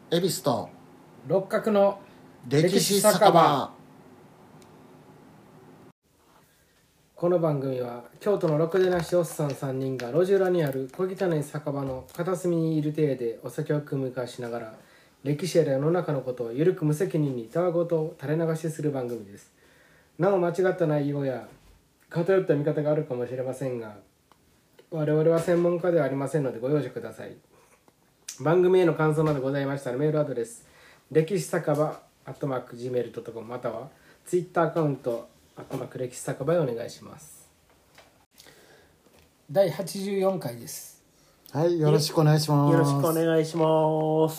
恵比寿と六角の歴史酒場。 この番組は京都のろくでなしおっさん3人が路地裏にある小汚い酒場の片隅にいる体でお酒を酌み交わしながら歴史や世の中のことをゆるく無責任にたわごと垂れ流しする番組です。なお間違った内容や偏った見方があるかもしれませんが、我々は専門家ではありませんのでご容赦ください。番組への感想などございましたらメールアドレス歴史酒場@gmail.com またはツイッターアカウント歴史酒場へお願いします。第84回です。 はい、よろしくお願いします。 よろしくお願いします。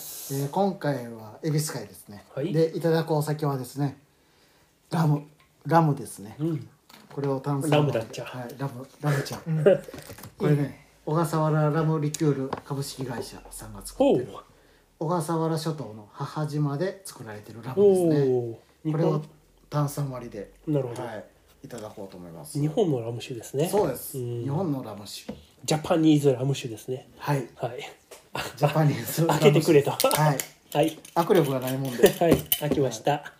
今回は恵比寿会ですね、 はい、 でいただくお酒はですねラムですね、これを炭酸ラムだっちゃ、 はい、ラムちゃん、これね小笠原ラムリキュール株式会社さんが作ってる小笠原諸島の母島で作られてるラムですね。これを炭酸割りで、 なるほど、 はい、いただこうと思います。 日本のラム酒ですね。 そうです、日本のラム酒、 ジャパニーズラム酒ですね。 はいはい、 ジャパニーズ開けてくれとはいはい、 握力がないもんではい、開きました、 はい、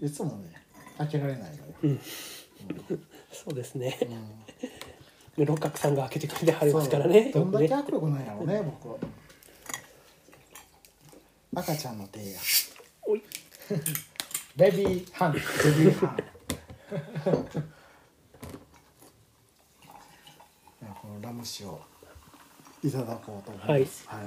いつもね開けられないのよ、 そうですね、六角さんが開けてくれてはりますからね。 どんだけ握力ないやろうね、僕は。赤ちゃんの手やおいベビーハンドベビーハンこのラム酒をいただこうと思います、はい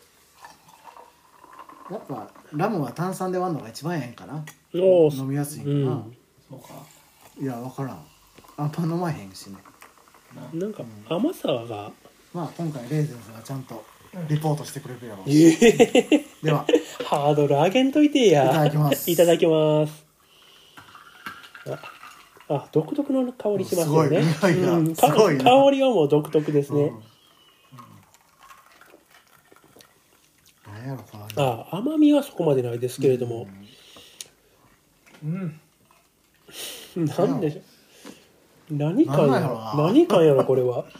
やっぱラムは炭酸で割るのが一番ええんかな、飲みやすいんかな、 そうか、 いや分からん、あんま飲まへんしね、 なんか甘さが、 まあ今回レーゼンズがちゃんとリポートしてくれるやろうし、ではハードル上げんといてや。 いただきますいただきます。あ、独特の香りしますよね。 すごい、いやいや、すごいな。 香りはもう独特ですね。 何やろこのあ、甘みはそこまでないですけれども、なんでしょう。何かやろこれは。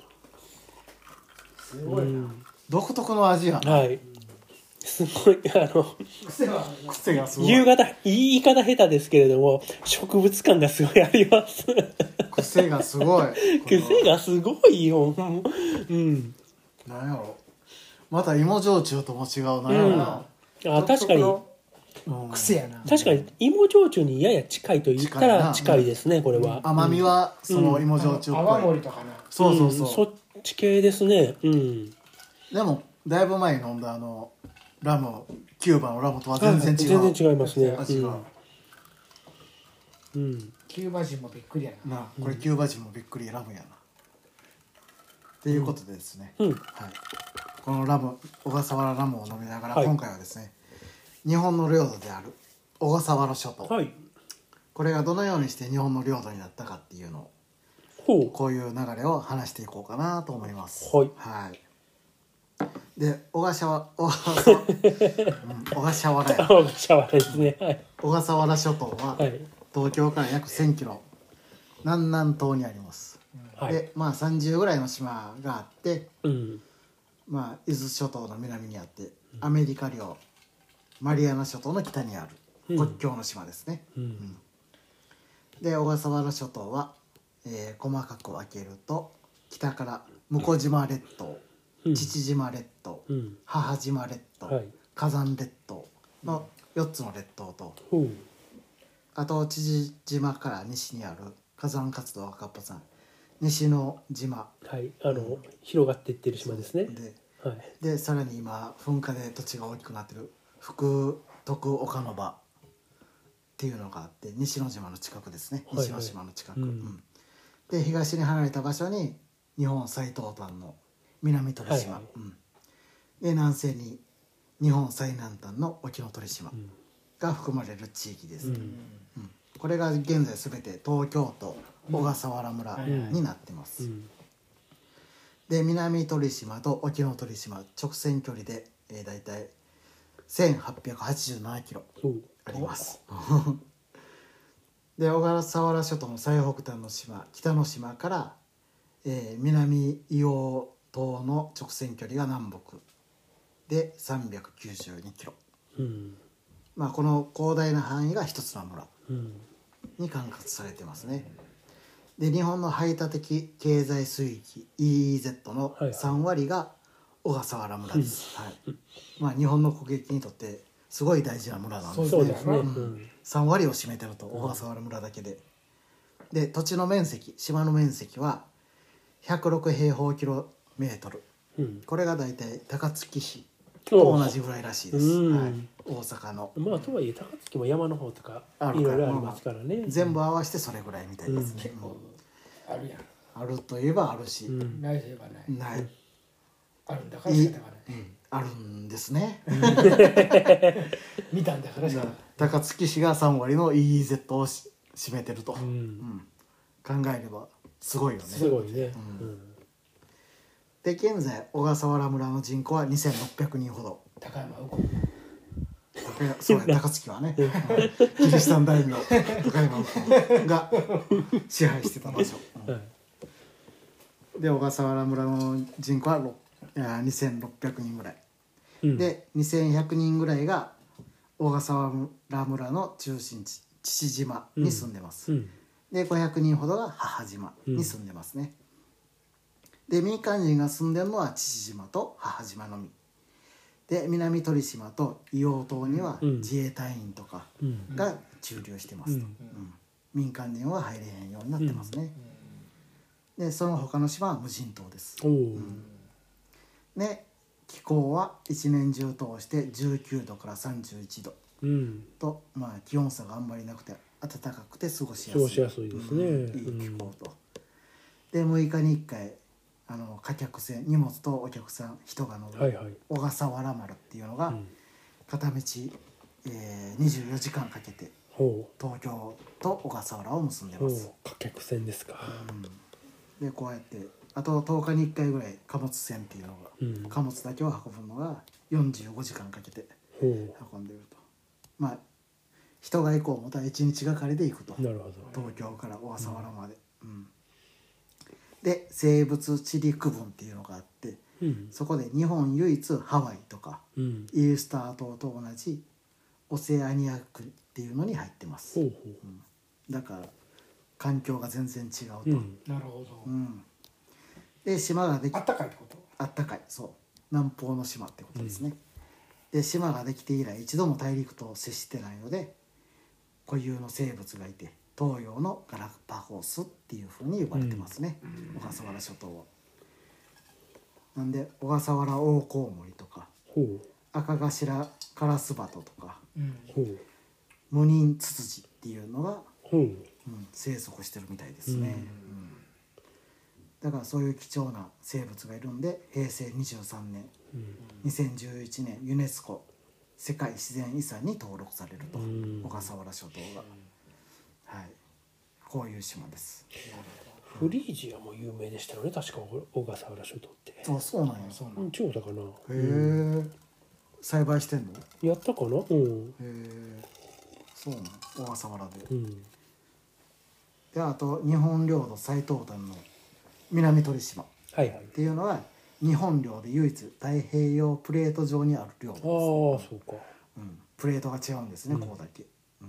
すごいな、 独特の味やな。 はい。すごい癖がすごい。 言い方下手ですけれども植物感がすごいあります。 癖がすごい。 癖がすごいよ。 なんやろ。また芋焼酎とも違うなんやろな。 あ、確かに。 癖やな。 確かに芋焼酎にやや近いと言ったら近いですね、これは。 甘みはその芋焼酎っぽい。 泡盛とかな。 そうそっち系ですね。 でもだいぶ前に飲んだラム、キューバのラムとは全然違う。 全然違いますね。 味が。 キューバ人もびっくりやな。 な、これキューバ人もびっくりラムやな。っていうことでですね。はい。このラム、小笠原ラムを飲みながら、今回はですね、日本の領土である小笠原諸島。これがどのようにして日本の領土になったかっていうのを、こういう流れを話していこうかなと思います。はい。で、小笠原ですね。 小笠原諸島は東京から約1000キロ南南東にあります。で、まあ30ぐらいの島があって、まあ伊豆諸島の南にあって、アメリカ領マリアナ諸島の北にある国境の島ですね。で、小笠原諸島は、細かく分けると北から向島列島、父島列島、母島列島、火山列島の4つの列島と、あと父島から西にある火山活動が活発な西の島、 広がっていってる島ですね。 でさらに今噴火で土地が大きくなってる福徳岡ノ場っていうのがあって、西の島の近くですね、西の島の近く、で東に離れた場所に日本最東端の南鳥島、で南西に日本最南端の沖ノ鳥島が含まれる地域です。これが現在すべて東京都小笠原村になってます。で、南鳥島と沖ノ鳥島直線距離で、だいたい1887キロあります。で、小笠原諸島の最北端の島北の島から、南硫黄島の直線距離が南北で392キロ、 うんこの広大な範囲が一つの村うんに管轄されてますね。で日本の排他的経済水域 EEZ の3割が小笠原村です、日本の国益にとってすごい大事な村なんですね。 そうですね、 3割を占めてると小笠原村だけで、で土地の面積、島の面積は106平方キロメートル、これが大体高槻市と同じぐらいらしいです、大阪の。 とはいえ高槻も山の方とかあるいろいろありますからね、 全部合わせてそれぐらいみたいですね、 あるやん。 あるといえばあるし、 ないといえばない。 ない、 あるんだから仕方がない。 あるんですね見たんだから仕方がない。 高槻市が3割の EEZ を占めてると、考えればすごいよね。 すごいね、 で現在小笠原村の人口は2600人ほど。 高山右そうや高槻はね、キリシタン大名高山右近が支配してた場所、で小笠原村の人口は2600人ぐらい、で2100人ぐらいが小笠原村の中心地父島に住んでます、で500人ほどが母島に住んでますね、で民間人が住んでるのは父島と母島のみで、南鳥島と硫黄島には自衛隊員とかが駐留してますと、民間人は入れへんようになってますね、でその他の島は無人島です、で気候は一年中通して19度から31度と、気温差があんまりなくて暖かくて過ごしやすいですね、 いい気候と、で6日に1回貨客船、荷物とお客さん人が乗る小笠原丸っていうのが片道、24時間かけて東京と小笠原を結んでます。 貨客船ですか、 でこうやってあと10日に1回ぐらい貨物船っていうのが、貨物だけを運ぶのが45時間かけて運んでると、人が行こう思ったら1日がかりで行くと、 なるほど、 東京から小笠原まで、で生物地理区分っていうのがあって、そこで日本唯一ハワイとか、イースター島と同じオセアニア区っていうのに入ってます、だから環境が全然違うと、 なるほど、 で島ができあったかいってこと？ あったかい、そう南方の島ってことですね、で島ができて以来一度も大陸と接してないので固有の生物がいて東洋のガラパゴスっていうふうに呼ばれてますね、小笠原諸島は。なんで小笠原オオコウモリとか赤頭カラスバトとか、無人ツツジっていうのが、生息してるみたいですね、だからそういう貴重な生物がいるんで平成23年、2011年ユネスコ世界自然遺産に登録されると、小笠原諸島が、こういう島です。 フリージアも有名でしたよね、確か小笠原諸島って。 そうなんや。 超だかな。 へえ。栽培してんの？ やったかな。へえ。そうなん。小笠原で。であと日本領土最東端の南鳥島っていうのは日本領で唯一太平洋プレート上にある領土です。 そうか。 プレートが違うんですね、ここだけ。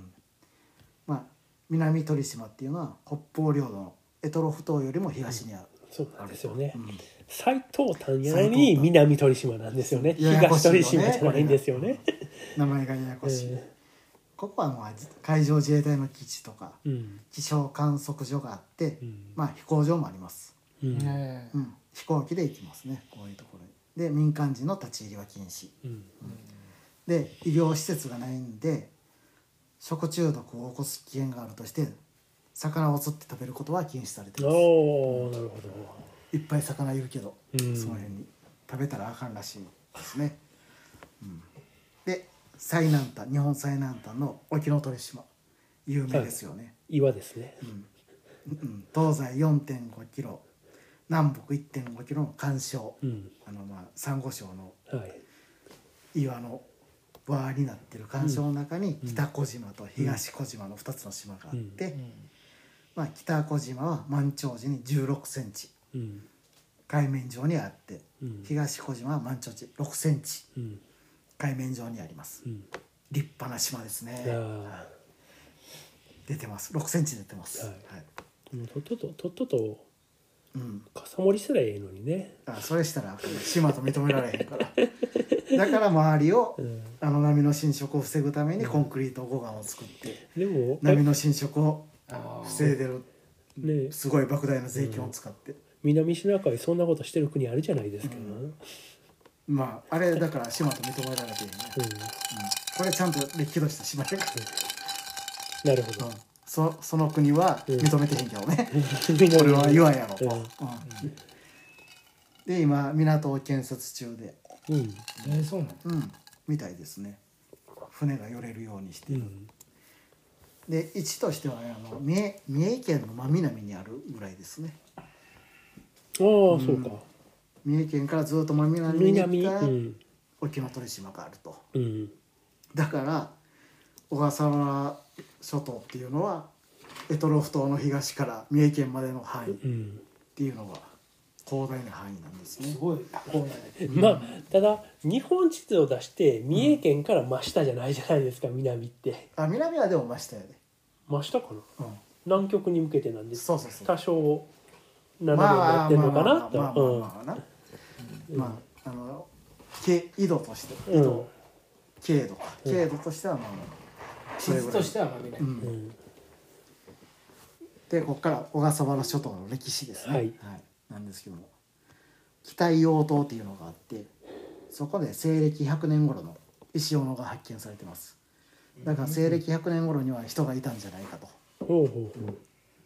南鳥島っていうのは北方領土の択捉島よりも東にある。 そうなんですよね。最東端やのに南鳥島なんですよね。東鳥島じゃないんですよね。 名前がややこしい。ここは海上自衛隊の基地とか気象観測所があって、飛行場もあります。飛行機で行きますね、こういうところに。で民間人の立ち入りは禁止。で医療施設がないんで食中毒を起こす危険があるとして魚を釣って食べることは禁止されています。 なるほど。 いっぱい魚いるけど、その辺に食べたらあかんらしいですね。で最南端、日本最南端の沖ノ鳥島有名ですよね。 岩ですね。 東西 4.5 キロ南北 1.5 キロの環礁、サンゴ礁の岩の輪になってる環礁の中に北小島と東小島の2つの島があって、北小島は満潮時に16センチ海面上にあって、 うん東小島は満潮値6センチうん海面上にあります。 うん立派な島ですね。 あ出てます。6センチ出てます。 はいはいもうとっととうん、 傘盛りすらええのにね。 それしたら島と認められへんからだから周りをうん波の侵食を防ぐためにコンクリート護岸を作ってでも波の侵食をあー防いでるねすごい莫大な税金を使って、 南シナ海そんなことしてる国あるじゃないですか。 まああれだから島と認められてるね、これちゃんとれっきとした島やからなるほど。 その国は認めてへんけどね、 南これは言わんやろと、 うんで今港を建設中で、 うんそうなの。 みたいですね。船が寄れるようにしてる、 うんで位置としては三重県の真南にあるぐらいですね。 ああそうか。 三重県からずっと真南に行ったうん沖ノ鳥島があると。 うんだから小笠原諸島っていうのは択捉島の東から三重県までの範囲っうんていうのが広大な範囲なんですね。 すごいこうね。 まあただ日本地図を出して三重県から真下じゃないじゃないですか、南って。 南はでも真下やで、 真下かな。 うん、 南極に向けてなんです。 そうそうそう。 多少斜めになってるのかなと。 まあ緯度としてうん経度としてはまあ地図としてはまみれ。 うんでここから小笠原諸島の歴史ですね、 はいなんですけども北硫黄島っていうのがあってそこで西暦100年頃の石斧が発見されてます。だから西暦100年頃には人がいたんじゃないかと、 ほうほうほう。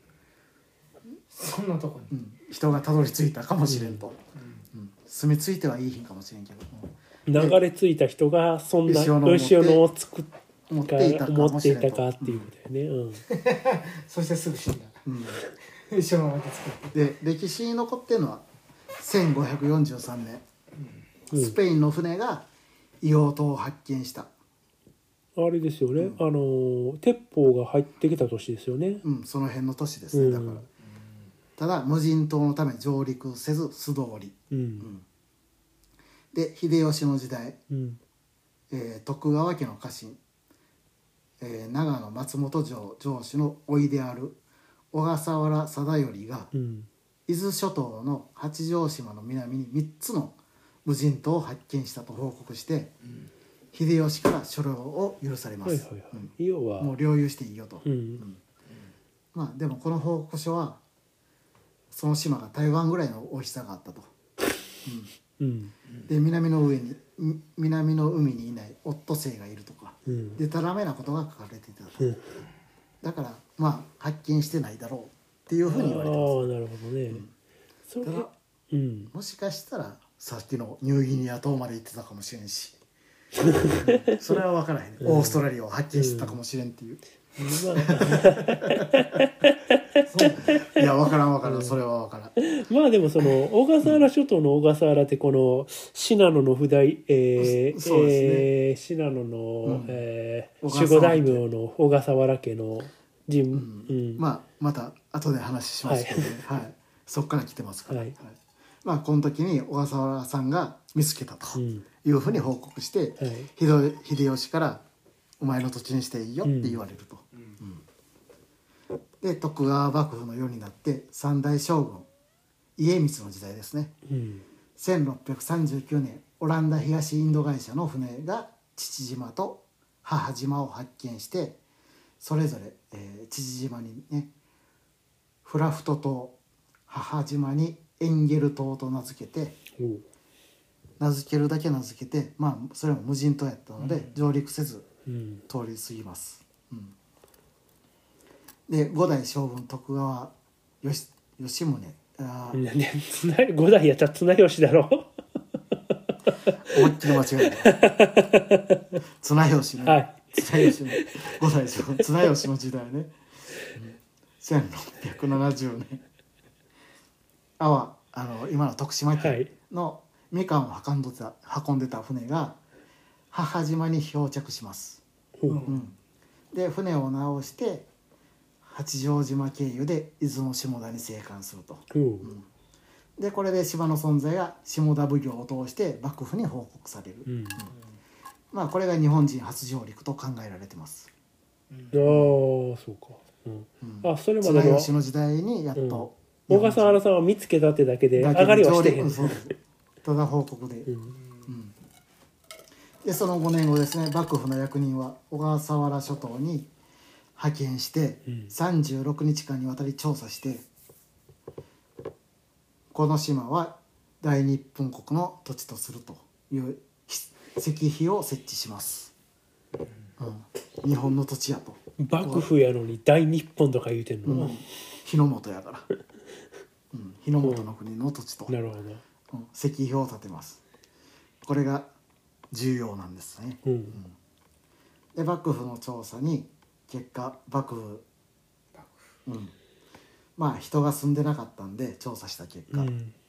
そんなとこに。 人がたどり着いたかもしれんと、住み着いてはいいひんかもしれんけど、 流れ着いた人がそんな牛斧を作っ持っていたかも思っていしれんとたかっていうことだよね。 そしてすぐ死んだ。 うん一緒のままで作って。 で歴史に残ってるのは1543年、 うんスペインの船が硫黄島を発見した、 あれですよね。鉄砲が入ってきた年ですよね。 その辺の都市ですね。だから、ただ無人島のため上陸せず素通り、 うんで秀吉の時代、 うん徳川家の家臣、長野松本城城主の甥である小笠原貞頼が、 うん伊豆諸島の八丈島の南に3つの無人島を発見したと報告して、秀吉から所領を許されます、 はいはいはい。要はもう領有していいよと、 うんまあでもこの報告書はその島が台湾ぐらいの大きさがあったと、 うんで南の海にいないオットセイがいるとか、 うんでたらめなことが書かれていたと、 うん。 だからまあ発見してないだろうっていうふうに言われてます。 ああなるほどね。それただうんもしかしたらさっきのニューギニア島まで行ってたかもしれんしそれは分からへん、オーストラリアを発見してたかもしれんっていう、いや分からんそれは分からん、 まあでもその小笠原諸島の小笠原ってこの信濃の信濃の、守護大名の小笠原家のまあまた後で話しますけどね、はいそっから来てますから、 はいまあこの時に小笠原さんが見つけたとうんいうふうに報告して、 はい秀吉から「お前の土地にしていいよ」って言われると、で徳川幕府の世になって三代将軍家光の時代ですね、 うん 1639年オランダ東インド会社の船が父島と母島を発見してそれぞれ、父島にねフラフト島母島にエンゲル島と名付けておう名付けるだけ名付けてまあそれも無人島やったので上陸せずうん通り過ぎます、で五代将軍徳川吉宗五代やったら綱吉だろ。 思いっきり間違えた綱吉ね、 はい綱吉の五代将軍綱吉の時代ね、1670年今の徳島県のみかんを運んでた船が母島に漂着します、で船を直して八丈島経由で伊豆の下田に生還すると、 でこれで島の存在が下田奉行を通して幕府に報告される、 うんまあこれが日本人初上陸と考えられてます。 ああそうか、あそれまで綱の吉の時代にやっと、 小笠原さんは見つけたってだけで上がりはしてへん、 そうですただ報告で、でその5年後ですね、幕府の役人は小笠原諸島に派遣して36日間にわたり調査して、この島は大日本国の土地とするという石碑を設置します、日本の土地やと。 幕府やのに大日本とか言うてんの、 日の本やから、日の本の国の土地と、 なるほど、 石碑を建てます。これが重要なんですね、で幕府の調査に結果幕府、まあ人が住んでなかったんで調査した結果、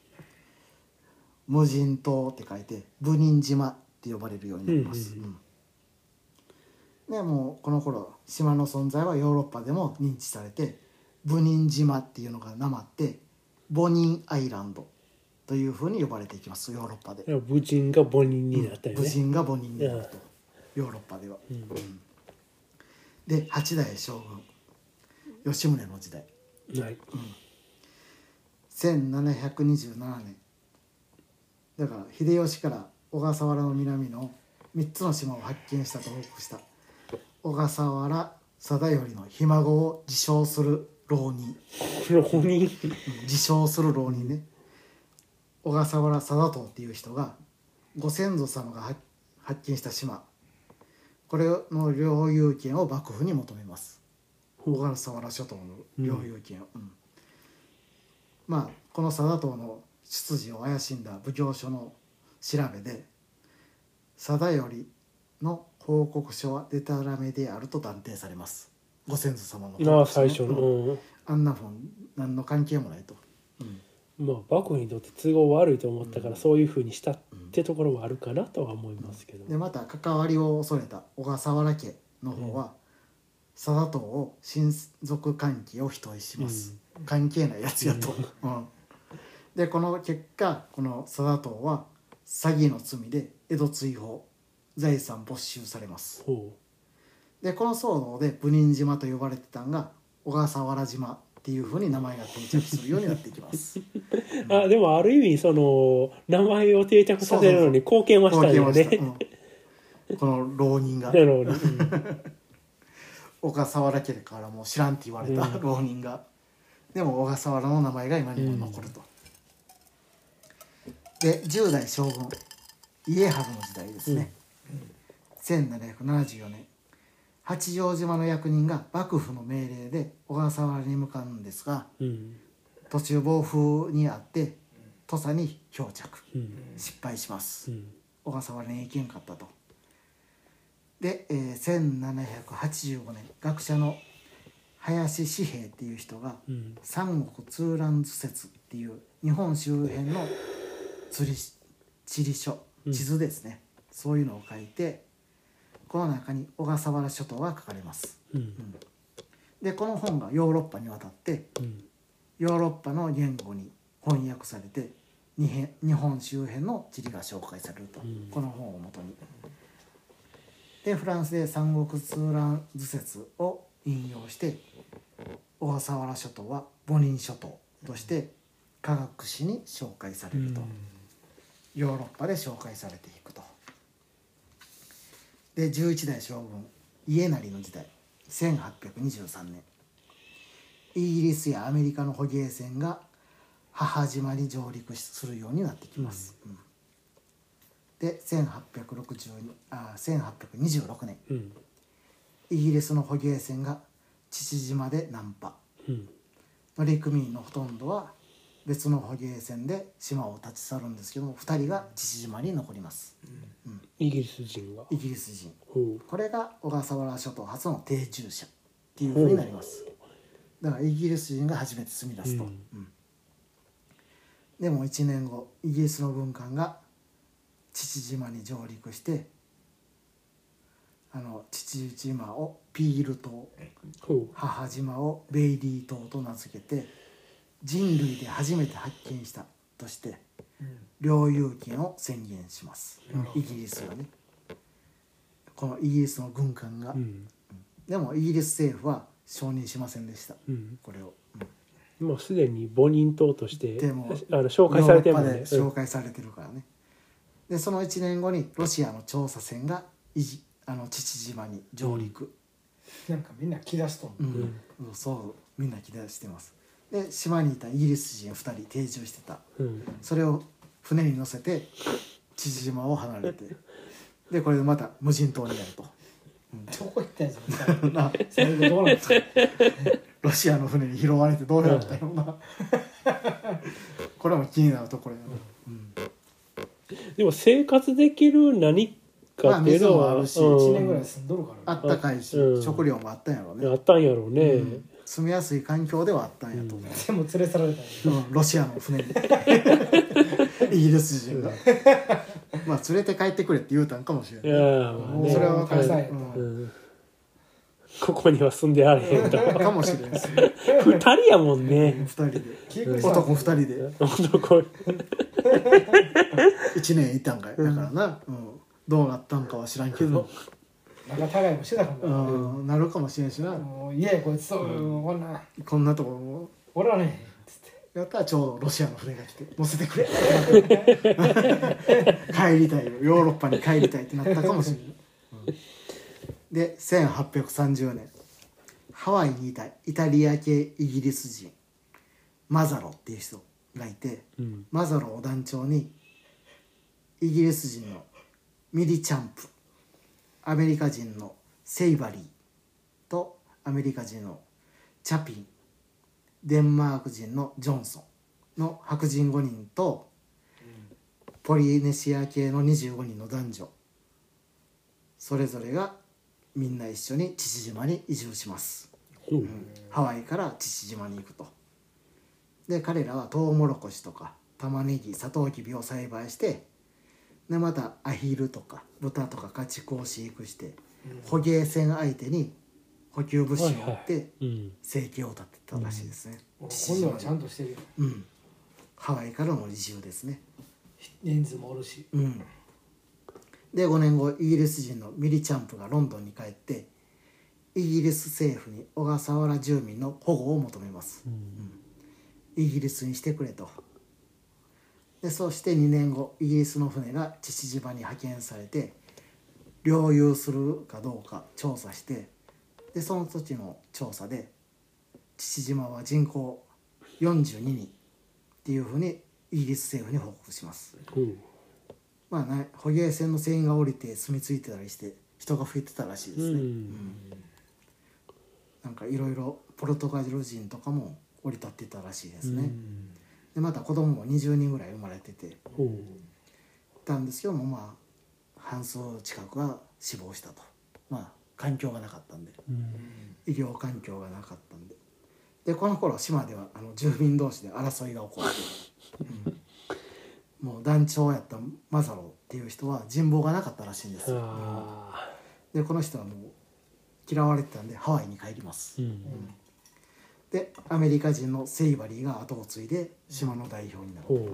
無人島って書いて武人島って呼ばれるようになります、でもうこの頃島の存在はヨーロッパでも認知されて、武人島っていうのがなまってボニンアイランドというふうに呼ばれていきます、ヨーロッパで。 武人が母人になったよね、 武人が母人になると、ヨーロッパでは、で8代将軍吉宗の時代、 はい、 1727年だから秀吉から小笠原の南の3つの島を発見したと報告した小笠原貞頼のひ孫を自称する浪人自称する浪人ね、小笠原貞遠っていう人がご先祖様が発見した島、これの領有権を幕府に求めます。小笠原諸島の領有権を、まあこの貞遠の出自を怪しんだ奉行所の調べで貞頼の報告書はデタラメであると断定されます。ご先祖様の最初の、 あんな本何の関係もないと、 まあ幕府にとって都合悪いと思ったからそういうふうにしたってところもあるかなとは思いますけど、 でまた関わりを恐れた小笠原家の方は、貞遠を親族関係を否定します、関係ないやつやと、でこの結果この貞遠は詐欺の罪で江戸追放、財産没収されます。でこの騒動で武人島と呼ばれてたんが小笠原島っていうふうに名前が定着するようになっていきますあでもある意味その名前を定着させるのに貢献はしたんよね、 この浪人が小笠原家からも知らんって言われた浪人が、でも小笠原の名前が今にも残ると、で10代将軍家治の時代ですね、1774年八丈島の役人が幕府の命令で小笠原に向かうんですが、途中暴風にあって土佐に漂着、失敗します、小笠原に行けんかったと。で、1785年学者の林紙幣っていう人が三国通覧図説っていう日本周辺の地理書、地図ですね、そういうのを書いてこの中に小笠原諸島が書かれます、でこの本がヨーロッパに渡って、ヨーロッパの言語に翻訳されて日本周辺の地理が紹介されると、この本をもとに。でフランスで三国通覧図説を引用して小笠原諸島は母人諸島として科学史に紹介されると、ヨーロッパで紹介されていくと。で11代将軍家斉の時代1823年イギリスやアメリカの捕鯨船が母島に上陸するようになってきます、で1826年、イギリスの捕鯨船が父島で難破、乗組員のほとんどは別の捕鯨船で島を立ち去るんですけども2人が父島に残ります、 イギリス人がイギリス人、これが小笠原諸島初の定住者っていうふうになります。だからイギリス人が初めて住み出すと、でも1年後イギリスの軍艦が父島に上陸して父島をピール島、母島をベイリー島と名付けて人類で初めて発見したとして領有権を宣言します、イギリスがね。このイギリスの軍艦が、でもイギリス政府は承認しませんでした、これを、 もうすでに母人島としてでも紹介されてるもんね。 ヨーロッパで紹介されてるからね。でその1年後にロシアの調査船が父島に上陸、 なんかみんな来だすと、 そうみんな来だしてます。で島にいたイギリス人2人定住してた、それを船に乗せて父島を離れてでこれでまた無人島になると、 どこ行ったんやつな最後どうなんですかロシアの船に拾われてどうなったよなこれも気になるところやな、 でも生活できる何かっていうのは、 まあ、水 1年ぐらい住んどるからあったかいし、食料もあったんやろうね。 あったんやろうね、 住みやすい環境ではあったんやと思う、 でも連れ去られたんや、 ロシアの船にイギリス人がまあ連れて帰ってくれって言うたんかもしれない。それは分からない、 ここには住んであれへんとかもしれないです 2人やもんね。 2人で男2人で男 1年いたんかいだからな、どうなったんかは知らんけど、 なんか互いもしてたかもなるかもしれんしな、 いやこいつそう、 こんなとこも俺はねつってやったらちょうどロシアの船が来て乗せてくれ帰りたいよ、ヨーロッパに帰りたいってなったかもしれない、で1830年ハワイにいたイタリア系イギリス人マザロっていう人がいて、マザロを団長にイギリス人のミリチャンプ、アメリカ人のセイバリーとアメリカ人のチャピン、デンマーク人のジョンソンの白人5人と、ポリネシア系の25人の男女、それぞれがみんな一緒に父島に移住します、ハワイから父島に行くと。で彼らはトウモロコシとか玉ねぎ、サトウキビを栽培して、でまたアヒルとか豚とか家畜を飼育して、捕鯨船相手に補給物資を売って生計を立てたらしいですね、 今度はちゃんとしてるよ、 ハワイからの移住ですね。 人数もおるし、 で5年後イギリス人のミリチャンプがロンドンに帰ってイギリス政府に小笠原住民の保護を求めます、イギリスにしてくれと。でそして2年後イギリスの船が父島に派遣されて領有するかどうか調査して、でその時の調査で父島は人口42人っていうふうにイギリス政府に報告します、まあね、捕鯨船の船員が降りて住み着いてたりして人が増えてたらしいですね、なんかいろいろポルトガル人とかも降り立ってたらしいですね、でまた子供も20人ぐらい生まれててたんですけども、まあ半数近くが死亡したと。まあ環境がなかったんで、医療環境がなかったんで、でこの頃島では住民同士で争いが起こって、もう団長やったマザロっていう人は人望がなかったらしいんですよ、でこの人はもう嫌われてたんでハワイに帰ります、でアメリカ人のセイバリーが後を継いで島の代表になる、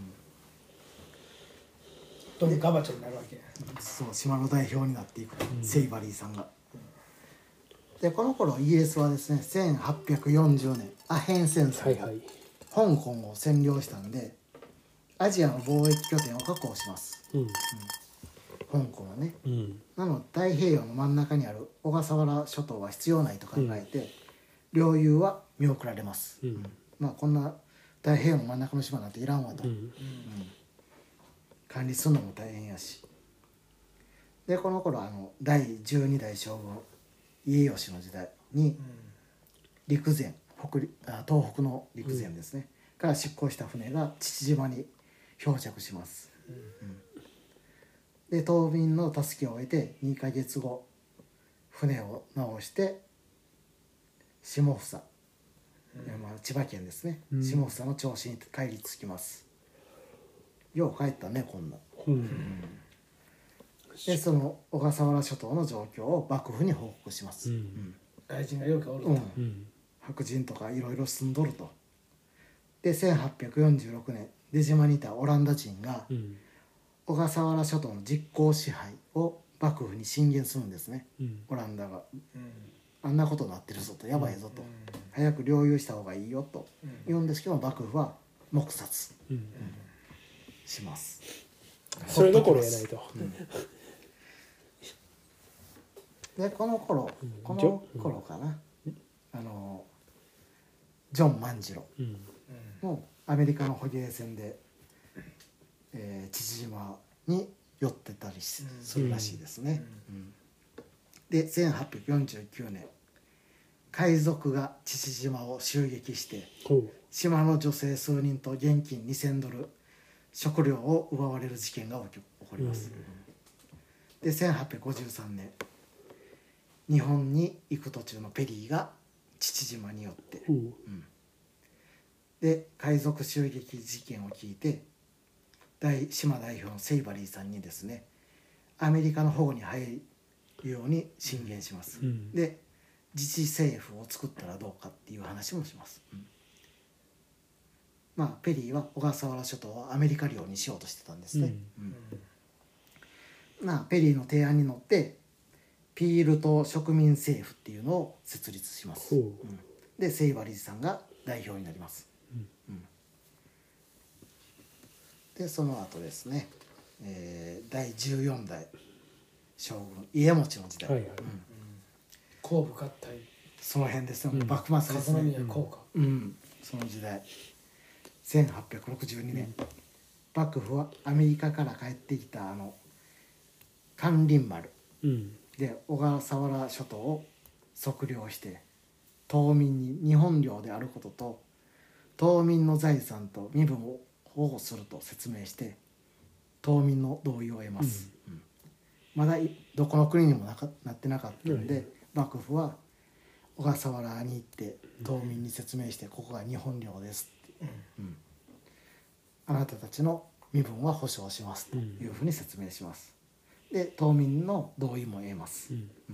どんどんガバチョになるわけ。 そう島の代表になっていく、セイバリーさんが。でこの頃イギリスはですね1840年アヘン戦争で香港を占領したんでアジアの貿易拠点を確保します、香港はね、なので太平洋の真ん中にある小笠原諸島は必要ないと考えて、領有は見送られます、まあこんな太平洋の真ん中の島なんていらんわと、管理するのも大変やし。でこの頃第12代将軍家吉の時代に陸前東北の陸前ですね、から出港した船が父島に漂着します、で島民の助けを得て2ヶ月後船を直して下総、千葉県ですね、下総の銚子に帰り着きます。よう帰ったねこんな、でその小笠原諸島の状況を幕府に報告します、 大臣がよくおると、 白人とかいろいろ住んどると。で1846年出島にいたオランダ人がうん小笠原諸島の実効支配を幕府に進言するんですね。 うんオランダがうんあんなことになってるぞと、やばいぞと、早く領有した方がいいよと言うんですけど、幕府は黙殺うんします。 それどころやないと。 でこの頃、 うんこの頃かな、ジョン万次郎うんもアメリカの捕鯨船で、父島に寄ってたりするらしいですね。うんで1849年海賊が父島を襲撃してほう島の女性数人と現金2000ドル食料を奪われる事件が起こります。で1853年日本に行く途中のペリーが父島に寄って、 ほうで海賊襲撃事件を聞いて島代表のセイバリーさんにですね、アメリカの保護に入るように進言します。 うんで自治政府を作ったらどうかっていう話もします。まあペリーは小笠原諸島をアメリカ領にしようとしてたんですね。まあペリーの提案に乗ってピール島植民政府っていうのを設立します。 ほうでセイバリーさんが代表になります。でその後ですね、第14代将軍家持の時代、 はいはい後部合体その辺ですね、 うん幕末です風ね、 宮効果その時代1862年、幕府はアメリカから帰ってきた咸臨丸うんで小笠原諸島を測量して島民に日本領であることと島民の財産と身分を保護すると説明して島民の同意を得ます。まだどこの国にもなってなかったんで、幕府は小笠原に行って島民に説明して、ここが日本領ですって、あなたたちの身分は保証しますというふうに説明します。で島民の同意も得ます。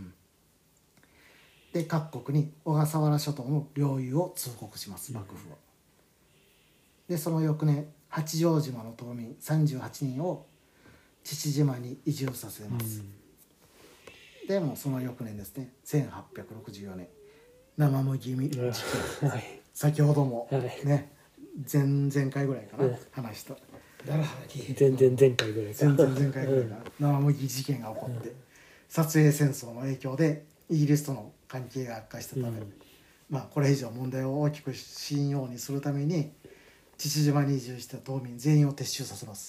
で各国に小笠原諸島の領有を通告します幕府は。でその翌年八丈島の島民38人を父島に移住させます。でもその翌年ですね、1864年生麦事件、 はい先ほどもはいね、前々回ぐらいかな、 うん話しただらはらき全然前回ぐらいか前々回ぐらいかな、生麦事件が起こって、撮影戦争の影響でイギリスとの関係が悪化したため、まあこれ以上問題を大きくしんようにするために父島に移住した島民全員を撤収させます。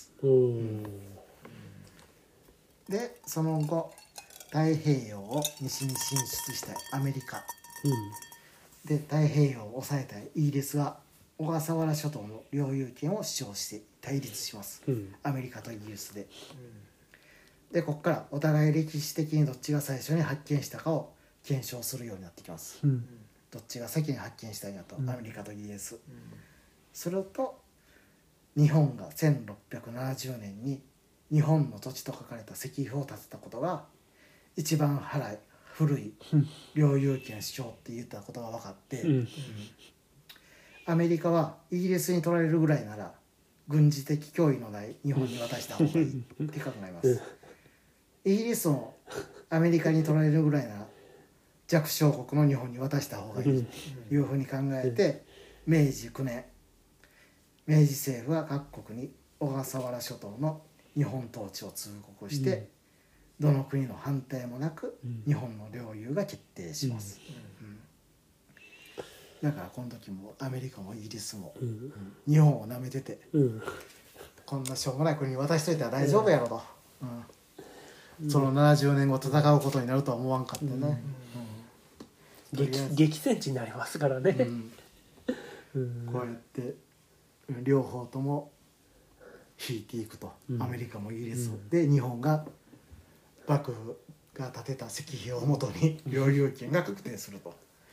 でその後太平洋を西に進出したアメリカ、で太平洋を抑えたイギリスは小笠原諸島の領有権を主張して対立します、アメリカとイギリスで。でここからお互い歴史的にどっちが最初に発見したかを検証するようになってきます、どっちが先に発見したんやと、アメリカとイギリス、すると日本が1670年に日本の土地と書かれた石碑を建てたことが一番古い領有権主張って言ったことが分かって、アメリカはイギリスに取られるぐらいなら軍事的脅威のない日本に渡した方がいいって考えます。イギリスもアメリカに取られるぐらいなら弱小国の日本に渡した方がいいというふうに考えて、明治9年明治政府は各国に小笠原諸島の日本統治を通告して、どの国の反対もなく日本の領有が決定します、だからこの時もアメリカもイギリスも日本をなめてて、こんなしょうもない国に渡しといたら大丈夫やろと、その70年後戦うことになるとは思わんかってね、 激戦地になりますからね、 こうやって両方とも引いていくと、アメリカもイギリスも、で日本が幕府が建てた石碑をもとに領有権が確定すると、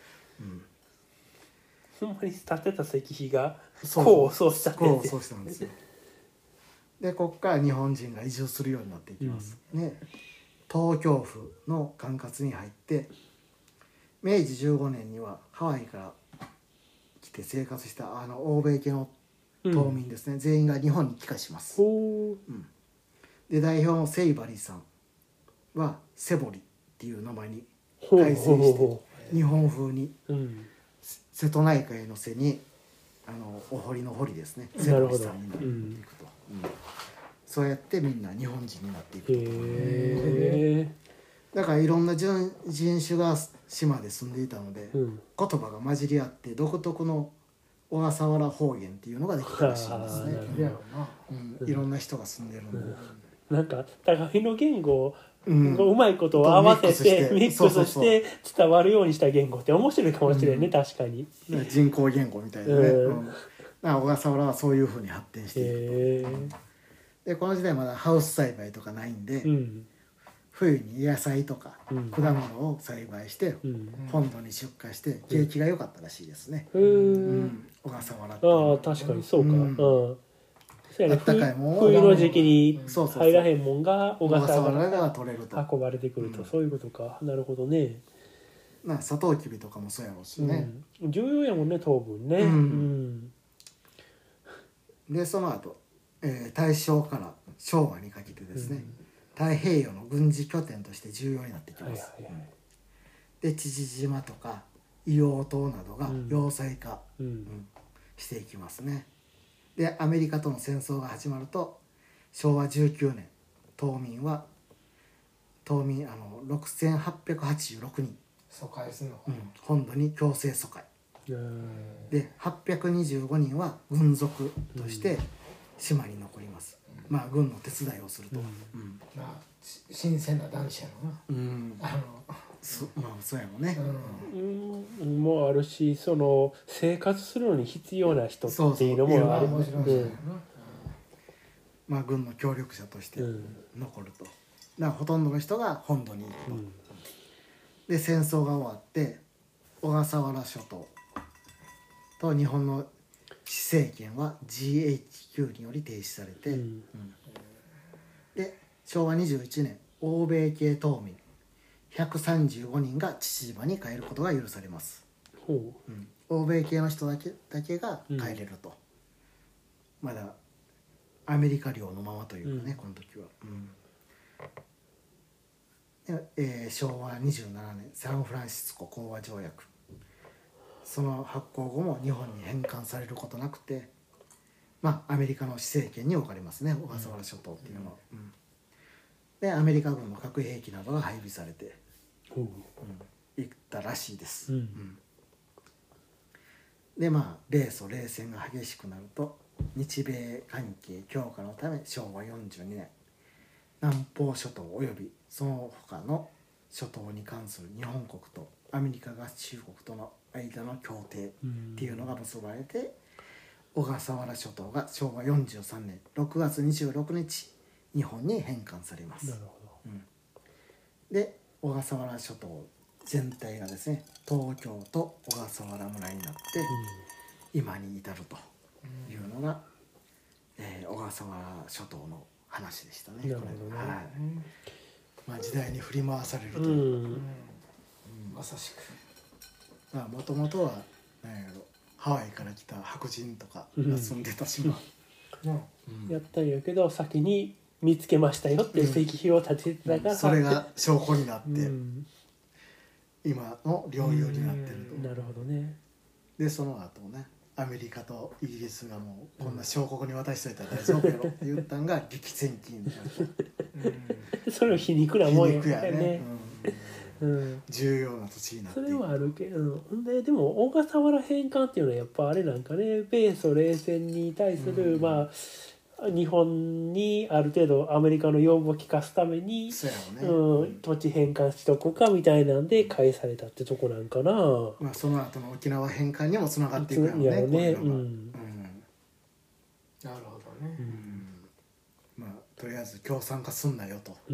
ほんまに建てた石碑が功を奏したんですよ。 そうしたんですよ。でここから日本人が移住するようになっていきます、東京府の管轄に入って明治15年にはハワイから来て生活した欧米系の島民ですね、全員が日本に帰化します。 ほで代表のセイバリさんはセボリっていう名前にう改正して日本風にうん瀬戸内海の瀬にお堀の堀ですね、セボリさんになっていくと、そうやってみんな日本人になっていくと。 へえだからいろんな人種が島で住んでいたので、 うん言葉が混じり合って独特の小笠原方言っていうのができたらしいんですね。 いやろな。 いろんな人が住んでるので、 なんか互いの言語うんうまいことを合わせてミックミックスしてスして伝わるようにした言語って面白いかもしれんね、確かに。 ね人工言語みたいなね、だから小笠原はそういうふうに発展していくへと。でこの時代まだハウス栽培とかないんで、 えうん冬に野菜とかうん果物を栽培してうん本土に出荷して景気が良かったらしいですね、 へえ小笠原ってああ確かにそうかうんそうやねあったかいもんを冬の時期にそうそうそう入らへんもんが小小笠笠原原が取れると、 運ばれてくるとそういうことかなるほどねサトウキビとかもそうやろうしね、 重要やもんね糖分ねでその後、大正から昭和にかけてですね、太平洋の軍事拠点として重要になってきはいます、 はいはいで父島とか硫黄島などが要塞化していきますね。でアメリカとの戦争が始まると昭和19年島民6886人、 疎開するの。 本土に強制疎開で825人は軍属として島に残ります、まあ軍の手伝いをすると、 まあ新鮮な男子やろな。 まあそうやろうね、 もあるしその生活するのに必要な人っていうのそうもある面白い人やな。 軍の協力者として残ると、だからほとんどの人が本土にいると、で戦争が終わって小笠原諸島と日本の施政権は GHQ により停止されて、で昭和21年欧米系島民135人が父島に帰ることが許されます、欧米系の人だけが帰れると、まだアメリカ領のままというかね、この時は、で昭和27年サンフランシスコ講和条約、その発行後も日本に返還されることなくて、まあアメリカの施政権に置かれますね、小笠原諸島っていうのは、でアメリカ軍の核兵器などが配備されていったらしいです、でまあ米ソ冷戦が激しくなると日米関係強化のため昭和42年南方諸島およびその他の諸島に関する日本国とアメリカ合衆国との間の協定っていうのが結ばれて、小笠原諸島が昭和43年6月26日日本に返還されます。 なるほど。 で小笠原諸島全体がですね東京と小笠原村になって、今に至るというのが、小笠原諸島の話でしたね。 なるほどね。 まあ、時代に振り回されるという、 まさしく。 もともとは何やろハワイから来た白人とかが住んでた島、 やったんやけど先に見つけましたよっていう石碑を立ててたから、 それが証拠になって、今の領有になってると。 なるほどね。 でその後ねアメリカとイギリスがもうこんな小国に渡しといたら大丈夫やろって言ったんが激戦期になるそれを皮肉なもん皮肉やね、重要な土地になってそれはあるけど、でも小笠原返還っていうのはやっぱあれなんかね、米ソ冷戦に対する、まあ日本にある程度アメリカの要望を聞かすために、土地返還しとこうかみたいなんで返されたってとこなんかな。 まあその後の沖縄返還にもつながっていくやろね。 なるほどね。 まあとりあえず共産化すんなよと。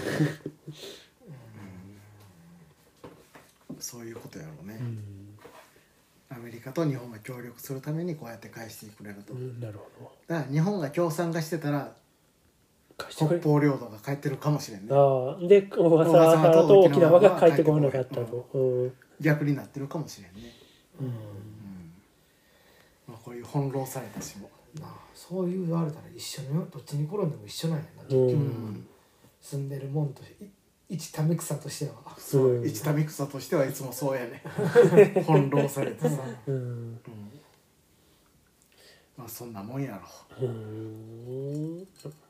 そういうことやろうね。アメリカと日本が協力するためにこうやって返してくれると。 なるほど。 だから日本が共産化してたら北方領土が帰ってるかもしれんね。 で小笠原と沖縄が帰ってこなかったと、 逆になってるかもしれんね。まあこういう翻弄された島なあそう言われたら一緒のよ、どっちに転んでも一緒なんやな結う局、 ん住んでるもんと一民草としては。 そう一民草としてはいつもそうやね翻弄されてさ、 うんまあそんなもんやろ。 なる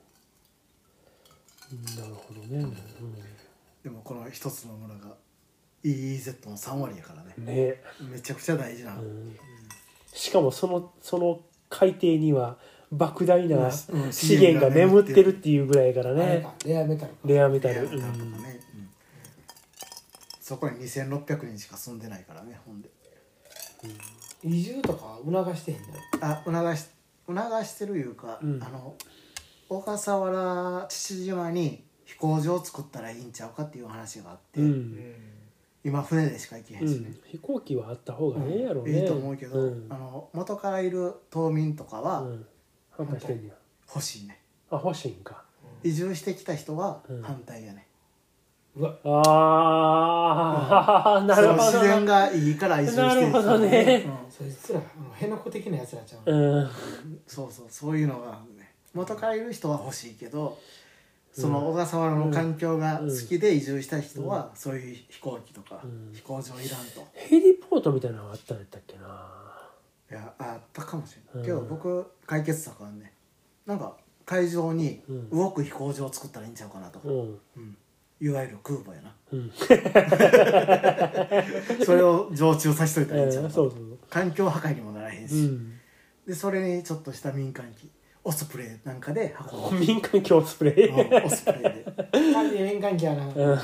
ほどね、 でもこの一つの村が EEZ の3割やからね、 ね、 めちゃくちゃ大事な、 しかもその海底には莫大なうん資源が眠ってるっていうぐらいやからあれね、 かレアメタルか。 レアメタル、 レアメタルとかね、そこに2600人しか住んでないからね。ほんで移住とか促してへんの？ 促してるいうか、 うん小笠原父島に飛行場を作ったらいいんちゃうかっていう話があって、今船でしか行けへんしね、 飛行機はあった方がええやろね、 いいと思うけど、元からいる島民とかは反対してんねや。 欲しいね。 あ、欲しいんか。 移住してきた人は反対やね、 うわああ、なるほど。 そう自然がいいから移住してなるほどねそいつら辺野古的なやつらちゃう、 そういうのがあるね。元からいる人は欲しいけど、その小笠原の環境が好きで移住した人はそういう飛行機とか飛行場いらんと。 ヘリポートみたいなのがあったんやったっけな。 いやあったかもしれないけど、僕解決策はね、なんか海上に動く飛行場を作ったらいいんちゃうかなと、いわゆる空母やな、それを常駐させといたらいいんちゃうかな、環境破壊にもならへんし、でそれにちょっとした民間機オスプレイなんかで運ぶ民間機オスプレイ、 オスプレイで民間機やな、 まあまあ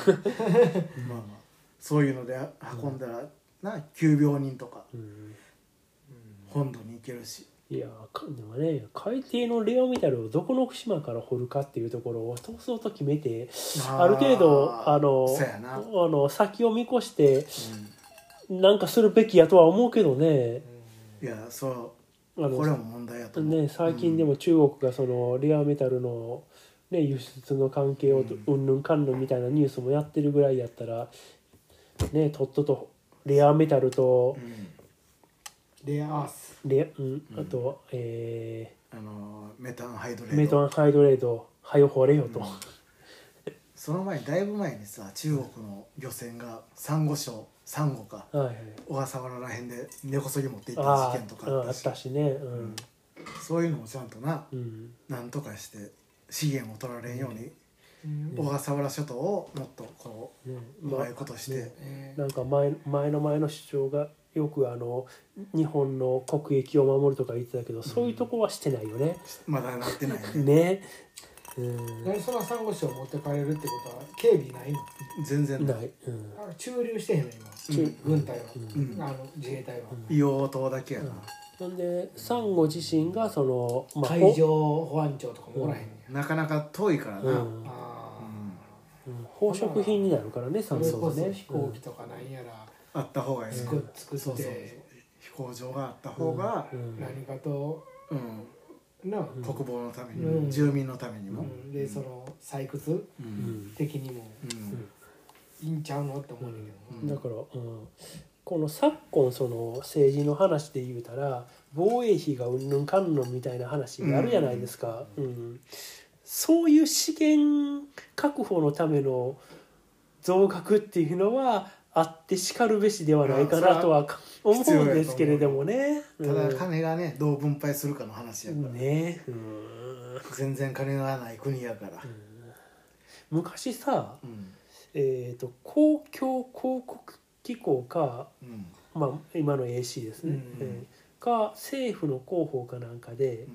そういうので運んだらな、急病人とか本土に行けるし。 いやでもね、海底のレアメタルをどこの島から掘るかっていうところを闘争と決めて、ある程度そうやな、 先を見越してなんかするべきやとは思うけどね。 いやこれも問題やと思う、 ね、最近でも中国がそのレアメタルの、ね、輸出の関係をうんぬんかんぬんみたいなニュースもやってるぐらいやったら、ね、とっととレアメタルと、 レアアースあと、 メタンハイドレード、 メタンハイドレードはよ掘れよと、 その前だいぶ前にさ、中国の漁船がサンゴ礁サンゴか、小笠原らへんで根こそぎ持っていった事件とかあったしね、 そういうのもちゃんとなんとかして資源を取られんように、小笠原諸島をもっとこううまいことして、 なんか前の主張がよく日本の国益を守るとか言ってたけど、そういうとこはしてないよね、 まだなってないねね。 何そのサンゴ礁を持ってかれるってことは警備ないの？ 全然ない、 駐留してへんの今、軍隊は、自衛隊は硫黄島だけやな、 なんでサンゴ自身がその、 海上保安庁とかもおらへんねなかなか遠いからな、 宝飾品になるからね、 それこそ飛行機とかなんやらあった方がいいね、 作って飛行場があった方が何かと国防のためにも住民のためにも、 でその採掘的にもいいんちゃうのって思うんだけど、 だから、この昨今その政治の話で言うたら防衛費がうんぬんかんぬんみたいな話があるじゃないですか、そういう資源確保のための増額っていうのはあってしかるべしではないかなとは思うんですけれどもね。 ただ金がねどう分配するかの話やからね、 全然金がない国やから、 昔さ、公共広告機構か、今の AC ですね、か政府の広報かなんかで、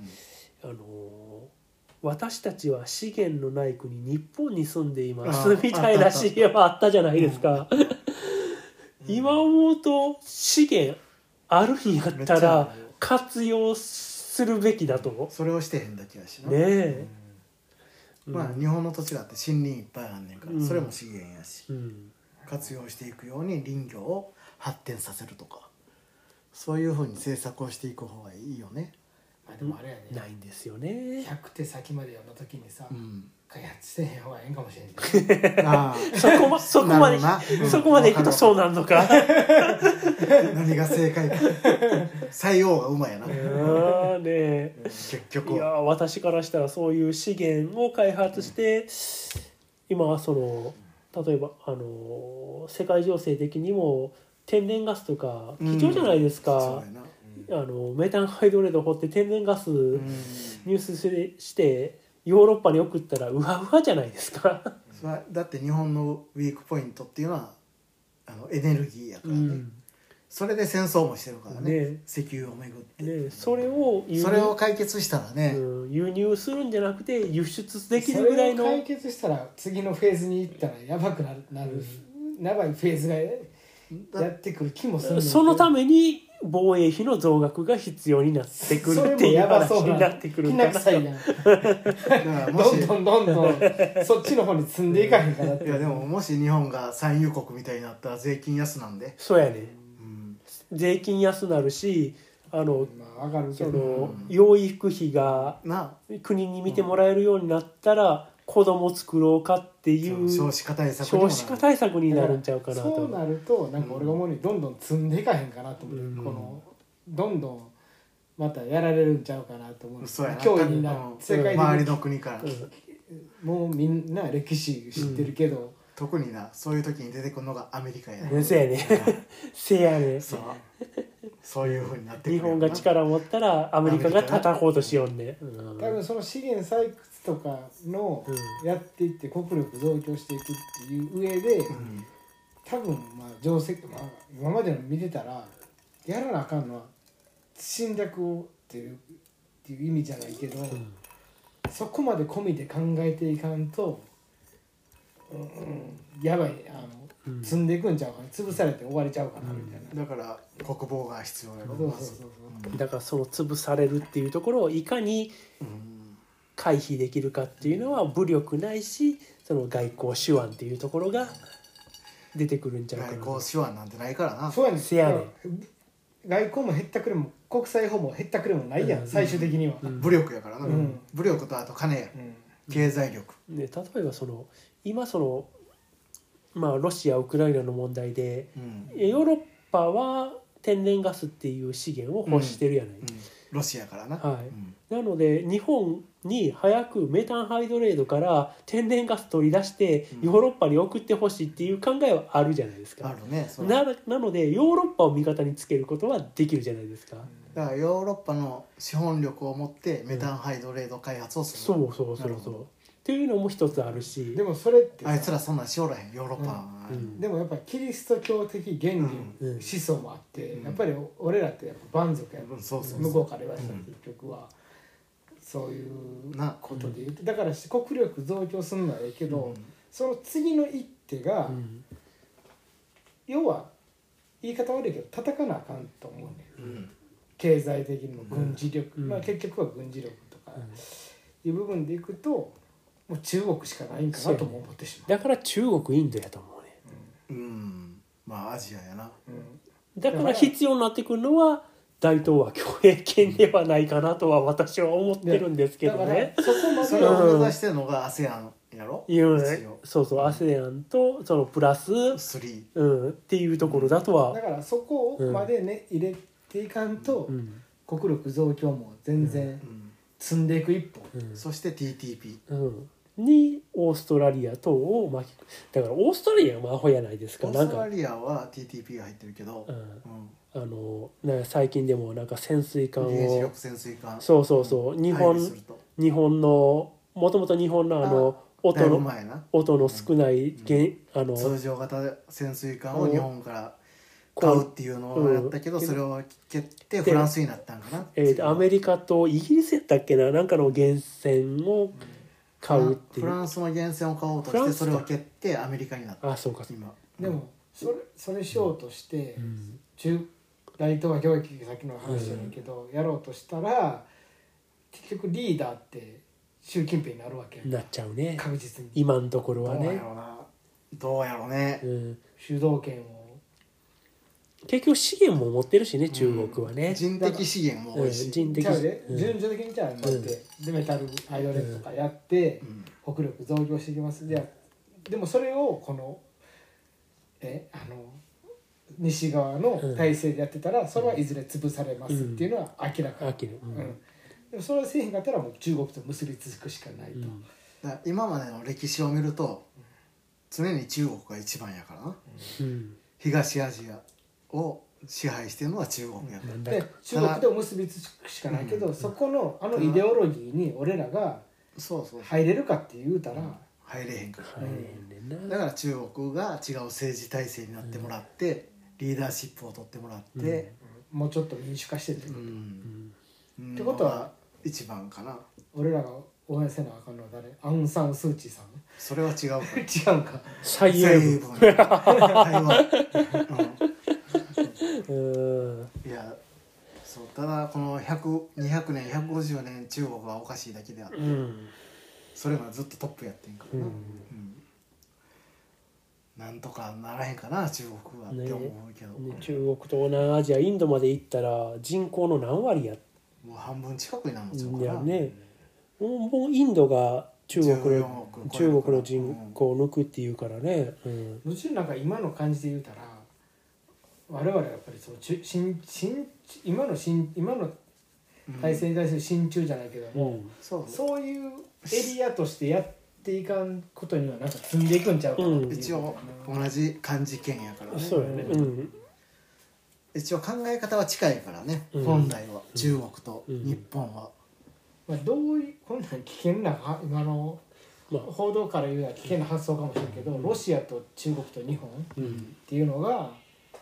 私たちは資源のない国日本に住んでいますみたいな CM あったじゃないですか。今思うと資源あるんやったら活用するべきだと。 それをしてへんだ気がしなねえ、 まあ日本の土地だって森林いっぱいあんねんから、それも資源やし、活用していくように林業を発展させるとか、そういうふうに政策をしていく方がいいよね。 でもあれやね、 ないんですよね。 100手先まで読んだ時にさ、 開発してへん方がええんかもしれんねあそこまでそこまでいくとそうなんのか何が正解か採用がうまいやなね結局いや私からしたらそういう資源を開発して、今はその例えば世界情勢的にも天然ガスとか貴重じゃないですか、 そうやなメタンハイドレート掘って天然ガス入手してヨーロッパに送ったらウハウハじゃないですかだって日本のウィークポイントっていうのはエネルギーやからね、それで戦争もしてるからね石油をめぐって、 それを解決したらね、 輸入するんじゃなくて輸出できるぐらいのそれを解決したら次のフェーズに行ったらやばくなるやばいフェーズがやってくる気もするんだけど、 そのために防衛費の増額が必要になってくるっていう話になってくるかな。 だからどんどんそっちの方に積んでいかへんかなって。 いやでももし日本が産油国みたいになったら税金安なんで。 そうやね、税金安なるし上がるけど養育費が国に見てもらえるようになったら子供作ろうかっていう少子化対策になるんちゃうかなと。 そうなるとなんか俺が思うにどんどん積んでいかへんかなと思う、このどんどんまたやられるんちゃうかなと思う。脅威になる、世界的に周りの国から、 もうみんな歴史知ってるけど、 特にそういう時に出てくるのがアメリカやね。せやねせやねそういう風になってくる。 日本が力を持ったらアメリカが叩こうとしようね。 多分その資源採掘とかのやっていって国力増強していくっていう上で、多分定石今までの見てたらやらなあかんのは侵略をっていう意味じゃないけど、そこまで込みで考えていかんと、やばい積んでいくんちゃうかな、潰されて終わりちゃうかなみたいな、 だから国防が必要やろ。 だからその潰されるっていうところをいかに回避できるかっていうのは武力ないしその外交手腕っていうところが出てくるんちゃうかな。 外交手腕なんてないからな。 そうやねん。 せやねん。 外交もへったくれも国際法もへったくれもないやん、最終的には、 武力やからな、武力とあと金や、経済力で例えば今ロシアウクライナの問題で、ヨーロッパは天然ガスっていう資源を欲してるやない、 ロシアからな、 なので日本に早くメタンハイドレートから天然ガス取り出してヨーロッパに送ってほしいっていう考えはあるじゃないですか。 あるね。 なのでヨーロッパを味方につけることはできるじゃないですか。 だからヨーロッパの資本力を持ってメタンハイドレート開発をする、 そうっていうのも一つあるし、 でもそれってあいつらそんなんしおらへんヨーロッパ、 でもやっぱりキリスト教的原理、思想もあって、やっぱり俺らってやっぱ蛮族や、向こうから言われた結局はそういうことで言うと、だから国力増強するのはええけど、その次の一手が、要は言い方悪いけど叩かなあかんと思うね、経済的にも軍事力、結局は軍事力とかいう部分でいくともう中国しかないんかなとも思ってしまう。 だから中国インドやと思うね。 アジアやな、 だから必要になってくるのは大東亜共栄圏ではないかなとは私は思ってるんですけどね。 それを目指してるのが ASEAN やろ。 そう ASEAN とそのプラス 3、 っていうところだとは、 だからそこまでね、入れていかんと、国力増強も全然積んでいく一本、 そして TTP、 にオーストラリア等を巻きだからオーストラリアはアホやないですか。 オーストラリアは TTP が入ってるけど、 最近でもなんか潜水艦を原子力潜水艦日本のもともと日本の音の少ない通常型潜水艦を日本から買うっていうのをやったけど、それを蹴ってフランスになったんかな。 アメリカとイギリスやったっけな、なんかの源泉を買うっていう、 フランスの源泉を買おうとしてそれを蹴ってアメリカになった。 そうか今でもそれしようとして、大東亜教育さっきの話じゃないけど、やろうとしたら結局リーダーって習近平になるわけなっちゃうね、 確実に。 今のところはね。 どうやろうね、 主導権を結局資源も持ってるしね、中国はね。 人的資源も多いし、 順序的にじゃあ待って、でメタルハイドレートとかやって、 国力増強していきます。でもそれをこの西側の体制でやってたら、それはいずれ潰されますっていうのは明らか、でもそれをせえへんかったらもう中国と結びつくしかないと、 だから今までの歴史を見ると常に中国が一番やからな、東アジアを支配してるのは中国やから、 で中国と結びつくしかないけど、そこのイデオロギーに俺らが入れるかって言うたら入れへんから、だから中国が違う政治体制になってもらって、リーダーシップを取ってもらって、 もうちょっと民主化してる、ってことは一番かな。 俺らが応援せなあかんのは誰？アウン・サン・スー・チーさん。 それは違うか違うか。 蔡英文台湾、いやそう、ただこの200年150年中国はおかしいだけであって、それがずっとトップやってんからな、なんとかならへんかな中国はって思うけど、 中国東南アジアインドまで行ったら人口の何割やもう半分近くになるんちゃうかな。 やね、もうインドが中国の人口を抜くっていうからね、 もちろんなんか今の感じで言うたら我々はやっぱりそう今の体制に対する親中じゃないけども、そういうエリアとしてやっていかんことにはなんか積んでいくんちゃうかなっていう、 一応同じ漢字圏やからね。 そうやね、 一応考え方は近いからね、本来は中国と日本は、 どういうこんなん危険な今の報道から言うのは危険な発想かもしれんけど、ロシアと中国と日本っていうのが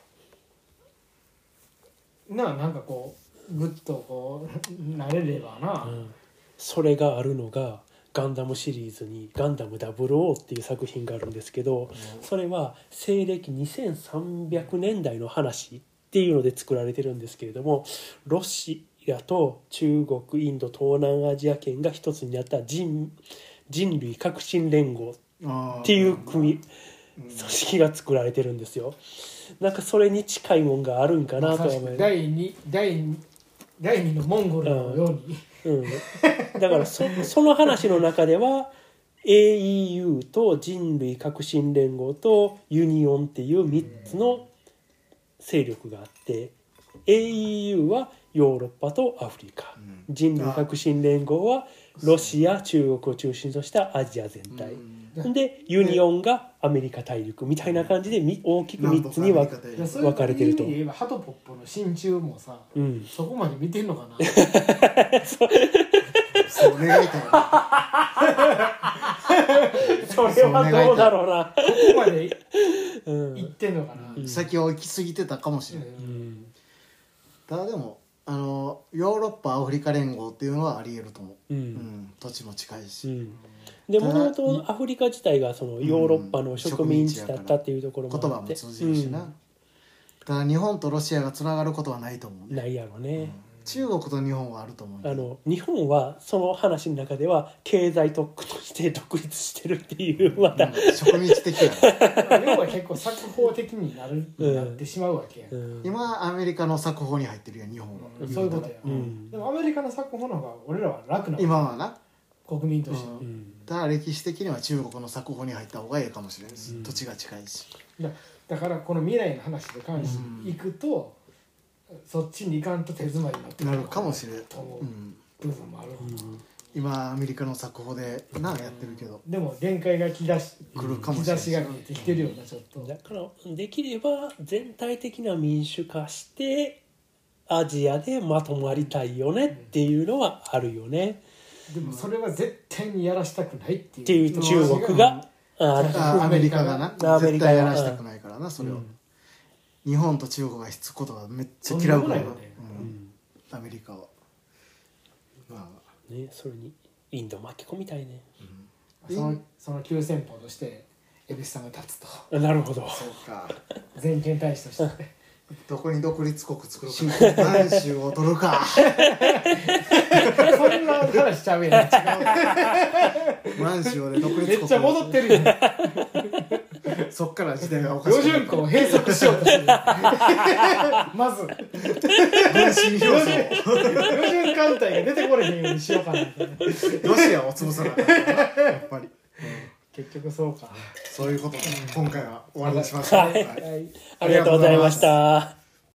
なんかこうグッとこうなれればな、 それがあるのがガンダムシリーズにガンダム00っていう作品があるんですけど、それは西暦2300年代の話っていうので作られてるんですけれども、ロシアと中国インド東南アジア圏が一つになった人類革新連合っていう組織が作られてるんですよ。なんかそれに近いもんがあるんかなとは思います。 第2のモンゴルのように、 だからその話の中では AEU と人類革新連合とユニオンっていう3つの勢力があって、AEU はヨーロッパとアフリカ、人類革新連合はロシア中国を中心としたアジア全体、でユニオンがアメリカ大陸みたいな感じで大きく3つに分かれてると。 そういう意味で言えばハトポップの親中もさ、そこまで見てんのかなそう願いたいそれはどうだろうな、 ここまで行ってんのかな、 先を行き過ぎてたかもしれない、ただでもヨーロッパアフリカ連合っていうのはありえると思う、土地も近いし、 でもともとアフリカ自体がそのヨーロッパの植民地だったっていうところもあって、 言葉も通じるしな、ただ日本とロシアがつながることはないと思うね。 ないやろね、 中国と日本はあると思う。 日本はその話の中では経済特区として独立してるっていうまた、 植民地的や要は結構作法的になってしまうわけや、 今アメリカの作法に入ってるやん日本は、 そういうことや、でもアメリカの作法の方が俺らは楽な今はな国民としては、 だから歴史的には中国の作法に入った方がいいかもしれないです、土地が近いし。 だからこの未来の話で関していくと、そっちに行かんと手詰まりになってなるかもしれないと思う部分もある、 今アメリカの作法でやってるけど、 でも限界が来るかもしれない、 兆しが見えてきてるような、ちょっとだからできれば全体的な民主化してアジアでまとまりたいよねっていうのはあるよね、 でもそれは絶対にやらしたくないっていう中国がアメリカがな絶対やらしたくないからな、それを、日本と中国がひっつくことがめっちゃ嫌うから、アメリカはね、それにインド巻き込みたいね、 その急先鋒として蛭子さんが立つと。 なるほど、 そうか、 全権大使としてどこに独立国作るか、満州を取るかそんな話しちゃうやん、 満州で独立国めっちゃ戻ってるやんそっから時代がおかしく余順湖を閉塞しようとしてるまず分身表彰余順艦隊が出てこれへんようにしようかなってねロシアを潰さなかったなやっぱり、 結局そうか。 そういうことで今回は終わりにしましょう、 はいはいはいありがとうございました。